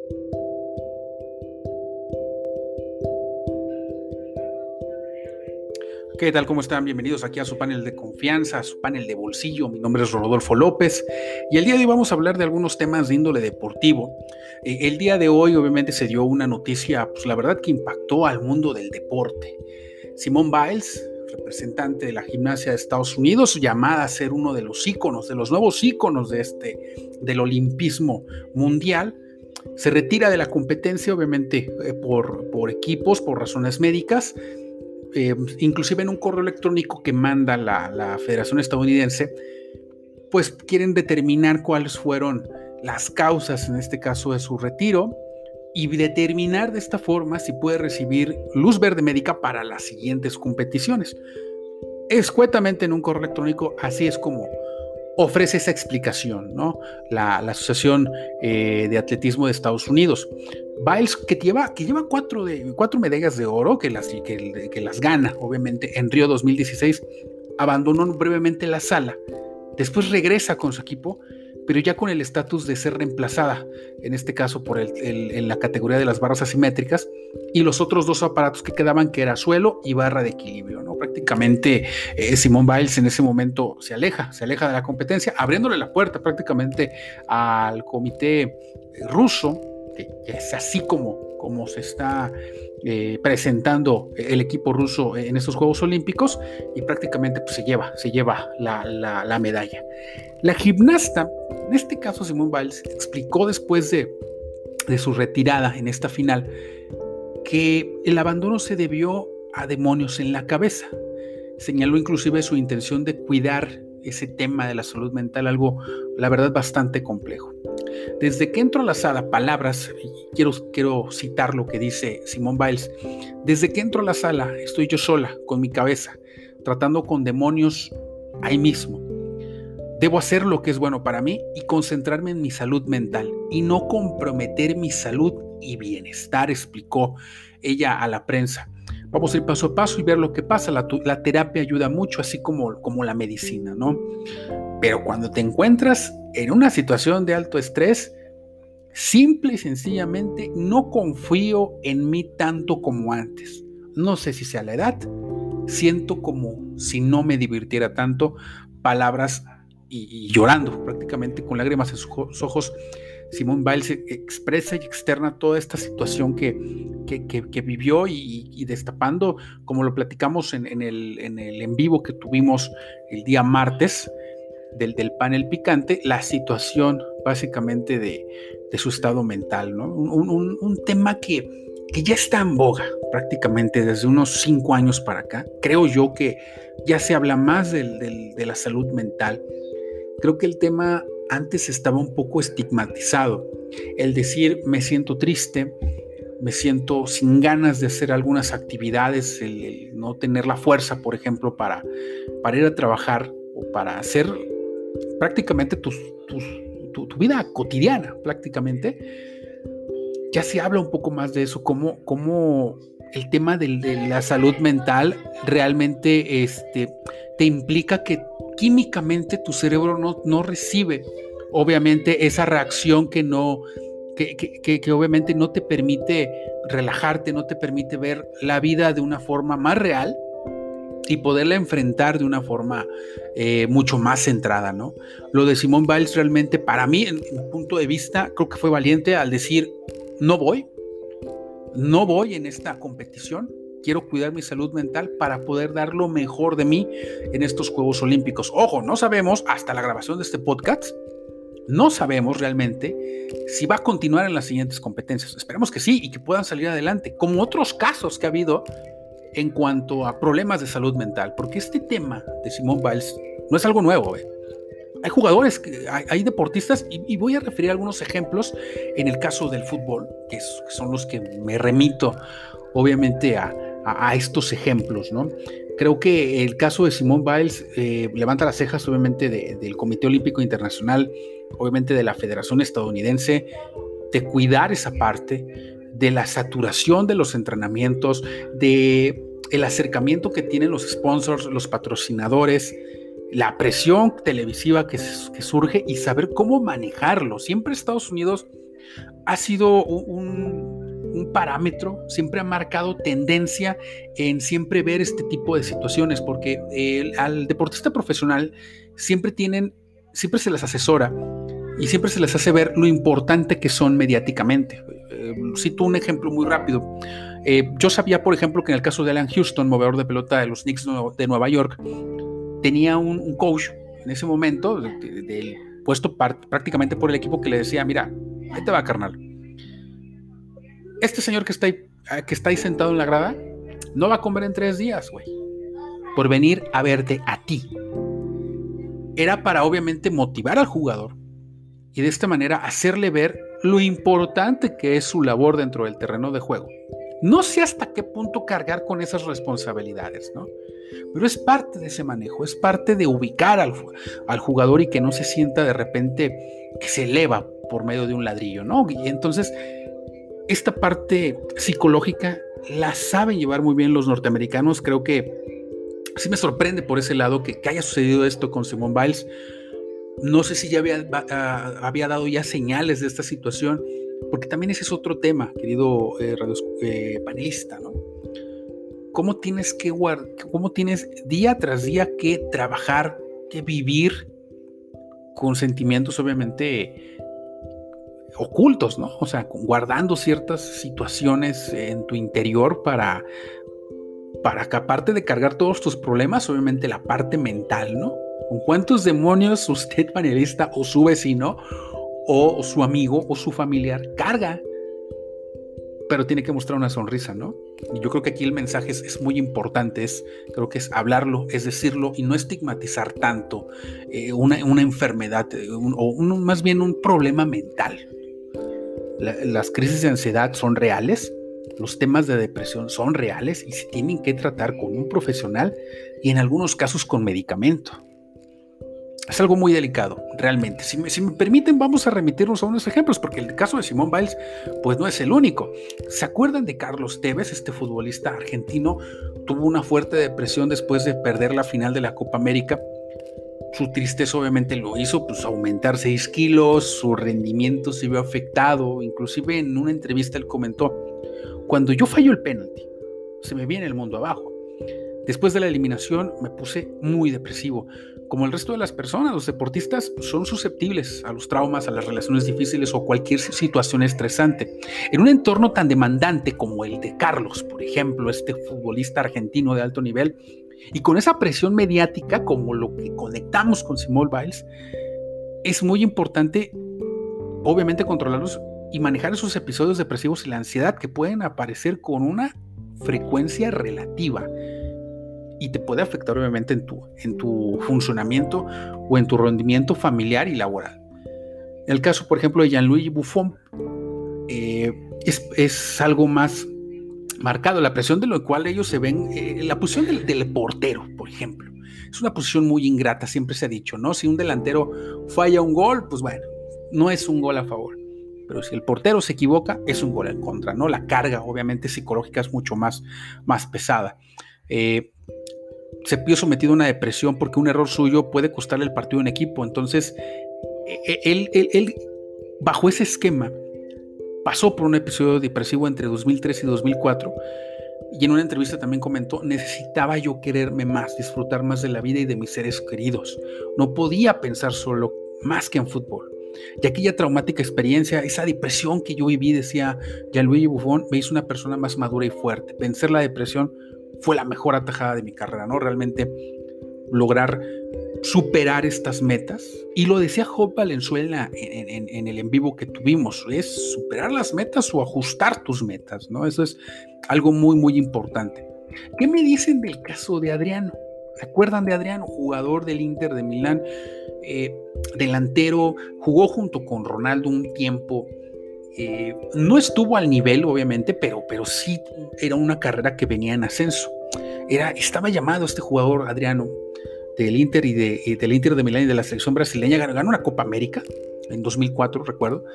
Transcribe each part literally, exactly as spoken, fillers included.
¿Qué tal? ¿Cómo están? Bienvenidos aquí a su panel de confianza, a su panel de bolsillo. Mi nombre es Rodolfo López y el día de hoy vamos a hablar de algunos temas de índole deportivo. Eh, el día de hoy obviamente se dio una noticia, pues la verdad que impactó al mundo del deporte. Simone Biles, representante de la gimnasia de Estados Unidos, llamada a ser uno de los íconos, de los nuevos íconos de este, del olimpismo mundial, se retira de la competencia, obviamente eh, por, por equipos, por razones médicas. Eh, inclusive en un correo electrónico que manda la, la Federación Estadounidense, pues quieren determinar cuáles fueron las causas, en este caso, de su retiro y determinar de esta forma si puede recibir luz verde médica para las siguientes competiciones. Escuetamente en un correo electrónico, así es como ofrece esa explicación, ¿no? La, la Asociación eh, de Atletismo de Estados Unidos. Biles, que lleva, que lleva cuatro, de, cuatro medallas de oro, que las, que, que las gana, obviamente, en Río dos mil dieciséis, abandonó brevemente la sala. Después regresa con su equipo, pero ya con el estatus de ser reemplazada, en este caso por el, el, en la categoría de las barras asimétricas, y los otros dos aparatos que quedaban, que era suelo y barra de equilibrio, ¿no? Prácticamente eh, Simone Biles en ese momento se aleja, se aleja de la competencia, abriéndole la puerta prácticamente al comité ruso, que, que es así como, como se está eh, presentando el equipo ruso en estos Juegos Olímpicos, y prácticamente pues, se lleva, se lleva la, la, la medalla. La gimnasta, en este caso Simone Biles, explicó después de, de su retirada en esta final que el abandono se debió a demonios en la cabeza. Señaló inclusive su intención de cuidar ese tema de la salud mental, algo, la verdad, bastante complejo. Desde que entro a la sala, palabras, y quiero, quiero citar lo que dice Simone Biles, desde que entro a la sala estoy yo sola, con mi cabeza, tratando con demonios ahí mismo. Debo hacer lo que es bueno para mí y concentrarme en mi salud mental y no comprometer mi salud y bienestar, explicó ella a la prensa. Vamos a ir paso a paso y ver lo que pasa. La, la terapia ayuda mucho, así como, como la medicina, ¿no? Pero cuando te encuentras en una situación de alto estrés, simple y sencillamente no confío en mí tanto como antes. No sé si sea la edad, siento como si no me divirtiera tanto. Palabras y, y llorando, prácticamente con lágrimas en sus ojos, Simone Biles expresa y externa toda esta situación que, que, que, que vivió y, y destapando, como lo platicamos en, en, el, en el en vivo que tuvimos el día martes del, del panel picante, la situación básicamente de, de su estado mental, ¿no? Un, un, un tema que, que ya está en boga prácticamente desde unos cinco años para acá. Creo yo que ya se habla más del, del, de la salud mental. Creo que el tema antes estaba un poco estigmatizado. El decir me siento triste, me siento sin ganas de hacer algunas actividades, el, el no tener la fuerza, por ejemplo, para, para ir a trabajar o para hacer prácticamente tus, tus, tu, tu vida cotidiana, prácticamente. Ya se habla un poco más de eso, como, como el tema de, de la salud mental realmente este, te implica que químicamente tu cerebro no, no recibe, obviamente, esa reacción que no, que, que, que, que obviamente no te permite relajarte, no te permite ver la vida de una forma más real y poderla enfrentar de una forma eh, mucho más centrada, ¿no? Lo de Simone Biles realmente, para mí, en mi punto de vista, creo que fue valiente al decir, no voy, no voy en esta competición. Quiero cuidar mi salud mental para poder dar lo mejor de mí en estos Juegos Olímpicos. Ojo, no sabemos, hasta la grabación de este podcast, no sabemos realmente si va a continuar en las siguientes competencias. Esperemos que sí y que puedan salir adelante, como otros casos que ha habido en cuanto a problemas de salud mental, porque este tema de Simone Biles no es algo nuevo, ¿eh? Hay jugadores, hay, hay deportistas, y, y voy a referir algunos ejemplos en el caso del fútbol, que, es, que son los que me remito, obviamente, a, a, a estos ejemplos, ¿no? Creo que el caso de Simone Biles eh, levanta las cejas, obviamente, de, del Comité Olímpico Internacional, obviamente de la Federación Estadounidense, de cuidar esa parte, de la saturación de los entrenamientos, de el acercamiento que tienen los sponsors, los patrocinadores, la presión televisiva que, que surge y saber cómo manejarlo. Siempre Estados Unidos ha sido un, un parámetro, siempre ha marcado tendencia en siempre ver este tipo de situaciones, porque el, al deportista profesional siempre tienen, siempre se les asesora y siempre se les hace ver lo importante que son mediáticamente. Eh, cito un ejemplo muy rápido. Eh, yo sabía, por ejemplo, que en el caso de Allan Houston, movedor de pelota de los Knicks de Nueva York, tenía un, un coach en ese momento, del de, de, puesto par, prácticamente por el equipo, que le decía, mira, ahí te va, carnal. Este señor que está ahí, que está ahí sentado en la grada no va a comer en tres días, güey, por venir a verte a ti. Era para obviamente motivar al jugador y de esta manera hacerle ver lo importante que es su labor dentro del terreno de juego. No sé hasta qué punto cargar con esas responsabilidades, ¿no? Pero es parte de ese manejo, es parte de ubicar al, al jugador y que no se sienta de repente que se eleva por medio de un ladrillo, ¿no? Y entonces, esta parte psicológica la saben llevar muy bien los norteamericanos. Creo que sí me sorprende por ese lado que, que haya sucedido esto con Simone Biles. No sé si ya había, uh, había dado ya señales de esta situación, porque también ese es otro tema, querido eh, radio, eh, panelista, ¿no? ¿Cómo tienes que guardar, cómo tienes día tras día que trabajar, que vivir con sentimientos obviamente ocultos, ¿no? O sea, guardando ciertas situaciones en tu interior para, para que aparte de cargar todos tus problemas, obviamente la parte mental, ¿no? ¿Con cuántos demonios usted, panelista, o su vecino, o su amigo, o su familiar carga? Pero tiene que mostrar una sonrisa, ¿no? Y yo creo que aquí el mensaje es, es muy importante, es, creo que es hablarlo, es decirlo y no estigmatizar tanto eh, una, una enfermedad eh, un, o un, más bien un problema mental. La, las crisis de ansiedad son reales, los temas de depresión son reales y se tienen que tratar con un profesional y en algunos casos con medicamento. Es algo muy delicado, realmente. Si me, si me permiten, vamos a remitirnos a unos ejemplos, porque el caso de Simone Biles, pues no es el único. ¿Se acuerdan de Carlos Tevez, este futbolista argentino? Tuvo una fuerte depresión después de perder la final de la Copa América. Su tristeza obviamente lo hizo pues, aumentar seis kilos, su rendimiento se vio afectado. Inclusive en una entrevista él comentó, cuando yo fallo el penalti, se me viene el mundo abajo. Después de la eliminación me puse muy depresivo. Como el resto de las personas, los deportistas son susceptibles a los traumas, a las relaciones difíciles o cualquier situación estresante. En un entorno tan demandante como el de Carlos, por ejemplo, este futbolista argentino de alto nivel, y con esa presión mediática como lo que conectamos con Simone Biles, es muy importante, obviamente, controlarlos y manejar esos episodios depresivos y la ansiedad que pueden aparecer con una frecuencia relativa. Y te puede afectar obviamente en tu, en tu funcionamiento o en tu rendimiento familiar y laboral. En el caso, por ejemplo, de Gianluigi Buffon, eh, es, es algo más marcado, la presión de lo cual ellos se ven, eh, la posición del, del portero, por ejemplo, es una posición muy ingrata, siempre se ha dicho, ¿no? Si un delantero falla un gol, pues bueno, no es un gol a favor. Pero si el portero se equivoca, es un gol en contra, ¿no? La carga, obviamente, psicológica es mucho más, más pesada. Eh, se vio sometido a una depresión porque un error suyo puede costarle el partido a un equipo. Entonces, él, él, él, bajo ese esquema, pasó por un episodio depresivo entre dos mil tres y dos mil cuatro y en una entrevista también comentó, necesitaba yo quererme más, disfrutar más de la vida y de mis seres queridos. No podía pensar solo más que en fútbol. Y aquella traumática experiencia, esa depresión que yo viví, decía Gianluigi Buffon, me hizo una persona más madura y fuerte. Vencer la depresión fue la mejor atajada de mi carrera, ¿no? Realmente lograr superar estas metas. Y lo decía Job Valenzuela en, en, en el en vivo que tuvimos, es superar las metas o ajustar tus metas, ¿no? Eso es algo muy, muy importante. ¿Qué me dicen del caso de Adriano? ¿Se acuerdan de Adriano? Jugador del Inter de Milán, eh, delantero, jugó junto con Ronaldo un tiempo. Eh, no estuvo al nivel, obviamente, pero, pero sí era una carrera que venía en ascenso. Era, estaba llamado este jugador, Adriano, del Inter y de, y del Inter de Milán y de la selección brasileña, ganó, ganó una Copa América en dos mil cuatro, recuerdo.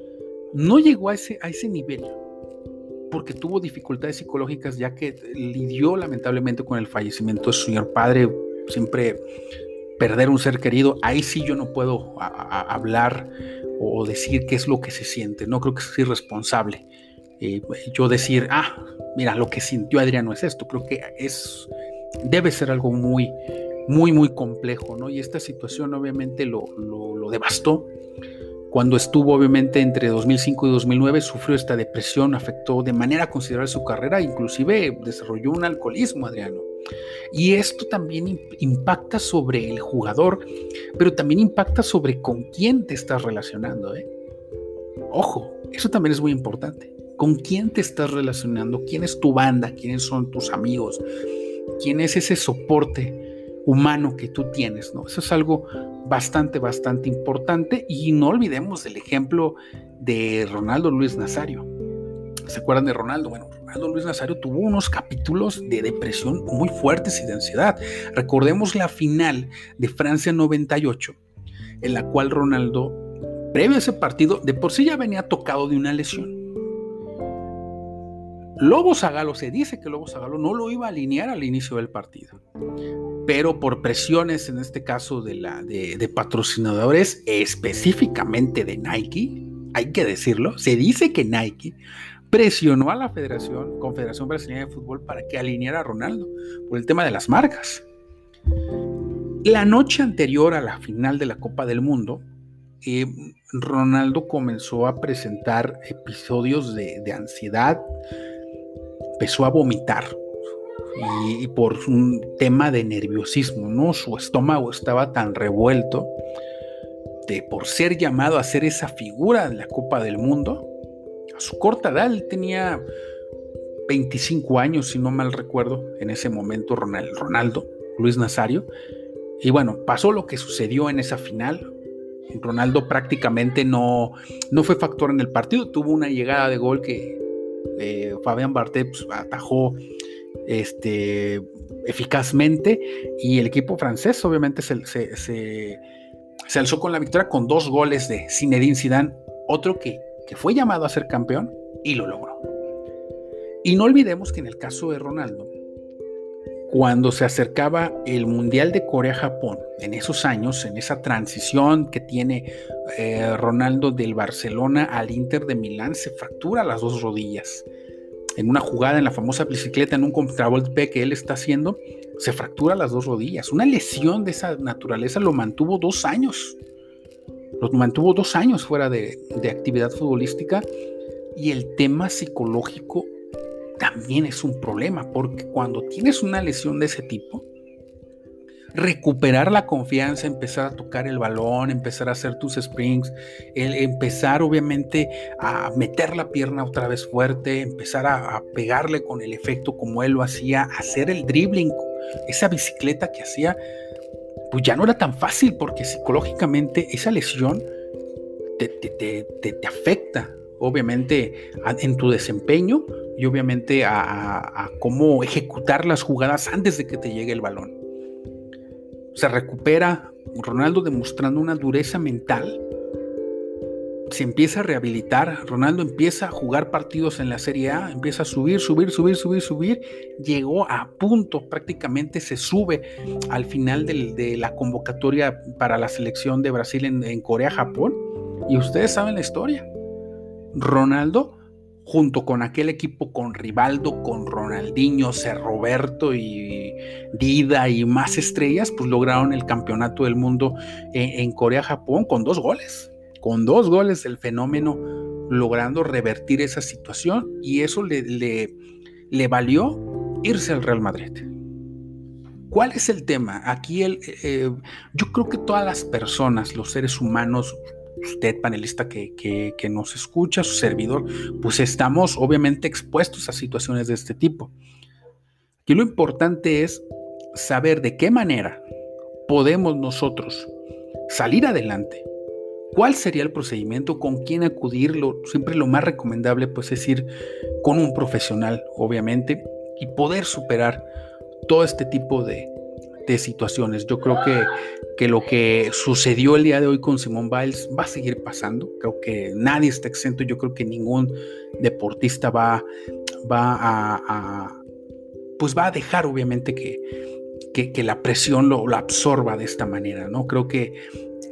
No llegó a ese, a ese nivel porque tuvo dificultades psicológicas, ya que lidió lamentablemente con el fallecimiento de su señor padre. Siempre perder un ser querido, ahí sí yo no puedo a, a hablar o decir qué es lo que se siente. No creo que sea irresponsable eh, yo decir, ah, mira, lo que sintió Adriano es esto. Creo que es, debe ser algo muy, muy, muy complejo, ¿no? Y esta situación obviamente lo, lo, lo devastó. Cuando estuvo obviamente entre dos mil cinco y dos mil nueve, sufrió esta depresión, afectó de manera considerable su carrera, inclusive desarrolló un alcoholismo, Adriano. Y esto también impacta sobre el jugador, pero también impacta sobre con quién te estás relacionando, ¿eh? Ojo, eso también es muy importante. ¿Con quién te estás relacionando? ¿Quién es tu banda? ¿Quiénes son tus amigos? ¿Quién es ese soporte humano que tú tienes, ¿no? Eso es algo bastante, bastante importante. Y no olvidemos el ejemplo de Ronaldo Luis Nazario. ¿Se acuerdan de Ronaldo? Bueno, Ronaldo Luis Nazario tuvo unos capítulos de depresión muy fuertes y de ansiedad. Recordemos la final de Francia noventa y ocho, en la cual Ronaldo, previo a ese partido, de por sí ya venía tocado de una lesión. Lobo Zagallo, se dice que Lobo Zagallo no lo iba a alinear al inicio del partido, pero por presiones, en este caso de, la, de, de patrocinadores, específicamente de Nike, hay que decirlo, se dice que Nike presionó a la Federación, Confederación Brasileña de Fútbol para que alineara a Ronaldo por el tema de las marcas. La noche anterior a la final de la Copa del Mundo, eh, Ronaldo comenzó a presentar episodios de, de ansiedad, empezó a vomitar y, y por un tema de nerviosismo, ¿no? Su estómago estaba tan revuelto de por ser llamado a ser esa figura de la Copa del Mundo. A su corta edad, él tenía veinticinco años, si no mal recuerdo, en ese momento Ronaldo, Ronaldo Luis Nazario. Y bueno, pasó lo que sucedió en esa final. Ronaldo prácticamente no, no fue factor en el partido. Tuvo una llegada de gol que eh, Fabián Barthez pues, atajó este, eficazmente, y el equipo francés obviamente se, se, se, se alzó con la victoria con dos goles de Zinedine Zidane, otro que, que fue llamado a ser campeón y lo logró. Y no olvidemos que en el caso de Ronaldo, cuando se acercaba el Mundial de Corea-Japón, en esos años, en esa transición que tiene eh, Ronaldo del Barcelona al Inter de Milán, se fractura las dos rodillas. En una jugada en la famosa bicicleta, en un contragolpe que él está haciendo, se fractura las dos rodillas. Una lesión de esa naturaleza lo mantuvo dos años. Lo mantuvo dos años fuera de, de actividad futbolística, y el tema psicológico también es un problema, porque cuando tienes una lesión de ese tipo, recuperar la confianza, empezar a tocar el balón, empezar a hacer tus sprints, el empezar obviamente a meter la pierna otra vez fuerte, empezar a, a pegarle con el efecto como él lo hacía, hacer el dribbling, esa bicicleta que hacía, pues ya no era tan fácil, porque psicológicamente esa lesión te, te, te, te, te afecta obviamente a, en tu desempeño, y obviamente a, a, a cómo ejecutar las jugadas antes de que te llegue el balón. Se recupera Ronaldo demostrando una dureza mental, se empieza a rehabilitar, Ronaldo empieza a jugar partidos en la Serie A, empieza a subir, subir, subir, subir, subir, llegó a punto, prácticamente se sube al final de, de la convocatoria para la selección de Brasil en, en Corea-Japón, y ustedes saben la historia. Ronaldo, junto con aquel equipo, con Rivaldo, con Ronaldinho, C. Roberto y Dida y más estrellas, pues lograron el campeonato del mundo en, en Corea-Japón con dos goles, con dos goles el fenómeno, logrando revertir esa situación, y eso le, le, le valió irse al Real Madrid. ¿Cuál es el tema? Aquí el, eh, yo creo que todas las personas, los seres humanos, usted panelista que, que, que nos escucha, su servidor, pues estamos obviamente expuestos a situaciones de este tipo. Aquí lo importante es saber de qué manera podemos nosotros salir adelante, cuál sería el procedimiento, con quién acudirlo. Siempre lo más recomendable pues es ir con un profesional, obviamente, y poder superar todo este tipo de de situaciones. Yo creo que, que lo que sucedió el día de hoy con Simone Biles va a seguir pasando. Creo que nadie está exento. Yo creo que ningún deportista va, va a, a pues va a dejar obviamente que, que, que la presión lo, lo absorba de esta manera, ¿no? Creo que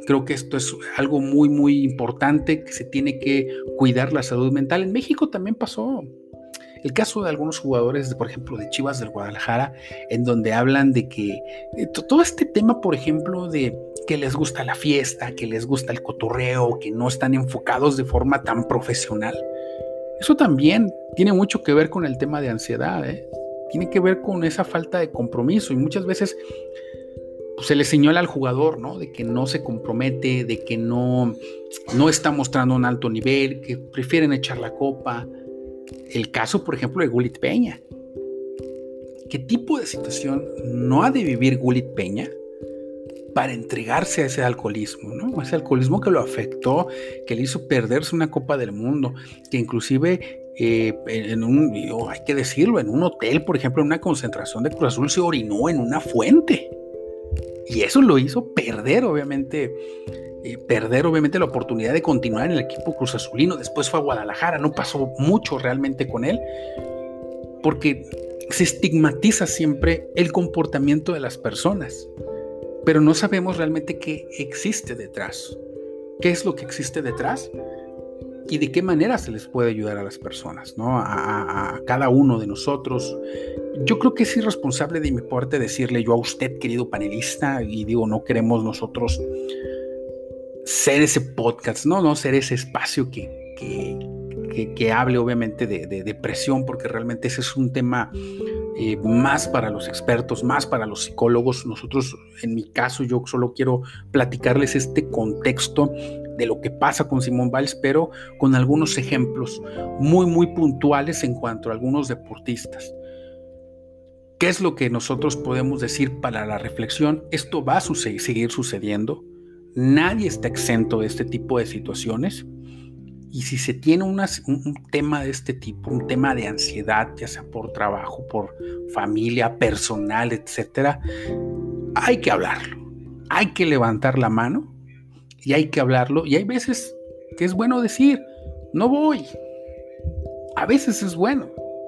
Creo que esto es algo muy, muy importante, que se tiene que cuidar la salud mental. En México también pasó el caso de algunos jugadores, de, por ejemplo, de Chivas del Guadalajara, en donde hablan de que eh, todo este tema, por ejemplo, de que les gusta la fiesta, que les gusta el cotorreo, que no están enfocados de forma tan profesional. Eso también tiene mucho que ver con el tema de ansiedad, ¿eh? Tiene que ver con esa falta de compromiso y muchas veces pues, se le señala al jugador, ¿no? De que no se compromete, de que no, no está mostrando un alto nivel, que prefieren echar la copa. El caso, por ejemplo, de Gullit Peña. ¿Qué tipo de situación no ha de vivir Gullit Peña para entregarse a ese alcoholismo, ¿no? Ese alcoholismo que lo afectó, que le hizo perderse una Copa del Mundo, que inclusive eh, en un, oh, hay que decirlo, en un hotel, por ejemplo, en una concentración de Cruz Azul se orinó en una fuente. Y eso lo hizo perder, obviamente, eh, perder obviamente la oportunidad de continuar en el equipo Cruz Azulino. Después fue a Guadalajara, no pasó mucho realmente con él, porque se estigmatiza siempre el comportamiento de las personas, pero no sabemos realmente qué existe detrás. ¿Qué es lo que existe detrás? Y de qué manera se les puede ayudar a las personas, ¿no? A, a, a cada uno de nosotros. Yo creo que es irresponsable de mi parte decirle yo a usted, querido panelista, y digo, no queremos nosotros ser ese podcast, no, no ser ese espacio que, que, que, que hable obviamente de, de depresión, porque realmente ese es un tema eh, más para los expertos, más para los psicólogos. Nosotros, en mi caso, yo solo quiero platicarles este contexto de lo que pasa con Simone Biles, pero con algunos ejemplos muy, muy puntuales en cuanto a algunos deportistas. ¿Qué es lo que nosotros podemos decir para la reflexión? Esto va a suceder, seguir sucediendo. Nadie está exento de este tipo de situaciones. Y si se tiene una, un, un tema de este tipo, un tema de ansiedad, ya sea por trabajo, por familia, personal, etcétera, hay que hablarlo. Hay que levantar la mano y hay que hablarlo. Y hay veces que es bueno decir, no voy. A veces es bueno.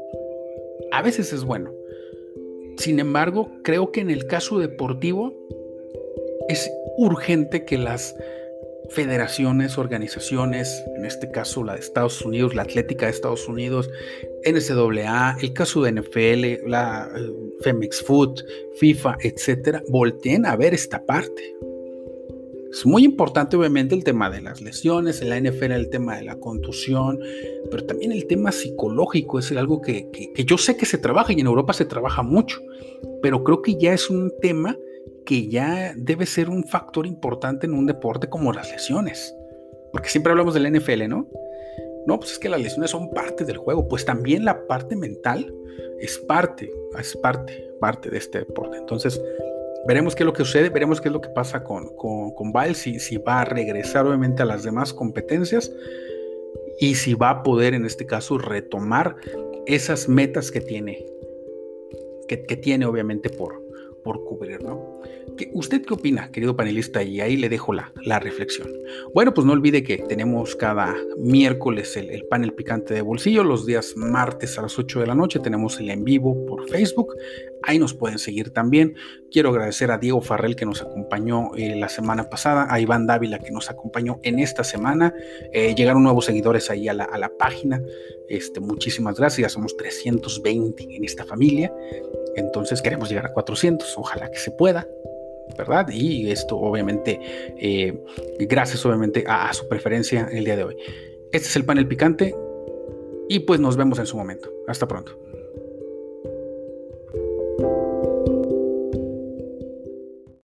A veces es bueno. Sin embargo, creo que en el caso deportivo es urgente que las federaciones, organizaciones, en este caso la de Estados Unidos, la Atlética de Estados Unidos, N C A A, el caso de N F L, la uh, Femex Food, FIFA, etcétera, volteen a ver esta parte. Es muy importante obviamente el tema de las lesiones, en la N F L el tema de la contusión, pero también el tema psicológico es algo que, que, que yo sé que se trabaja y en Europa se trabaja mucho, pero creo que ya es un tema que ya debe ser un factor importante en un deporte como las lesiones, porque siempre hablamos de la N F L, ¿no? No, pues es que las lesiones son parte del juego, pues también la parte mental es parte, es parte, parte de este deporte. Entonces, veremos qué es lo que sucede, veremos qué es lo que pasa con, con, con Biles, si, si va a regresar obviamente a las demás competencias y si va a poder en este caso retomar esas metas que tiene, que, que tiene obviamente por, por cubrir, ¿no? ¿Qué, ¿Usted qué opina, querido panelista? Y ahí le dejo la, la reflexión. Bueno, pues no olvide que tenemos cada miércoles el, el panel picante de bolsillo, los días martes a las ocho de la noche tenemos el en vivo por Facebook, ahí nos pueden seguir también. Quiero agradecer a Diego Farrell que nos acompañó eh, la semana pasada, a Iván Dávila que nos acompañó en esta semana, eh, llegaron nuevos seguidores ahí a la, a la página, este, muchísimas gracias, ya somos trescientos veinte en esta familia. Entonces queremos llegar a cuatrocientos, ojalá que se pueda, ¿verdad? Y esto obviamente, eh, gracias obviamente a, a su preferencia el día de hoy. Este es el panel picante y pues nos vemos en su momento. Hasta pronto.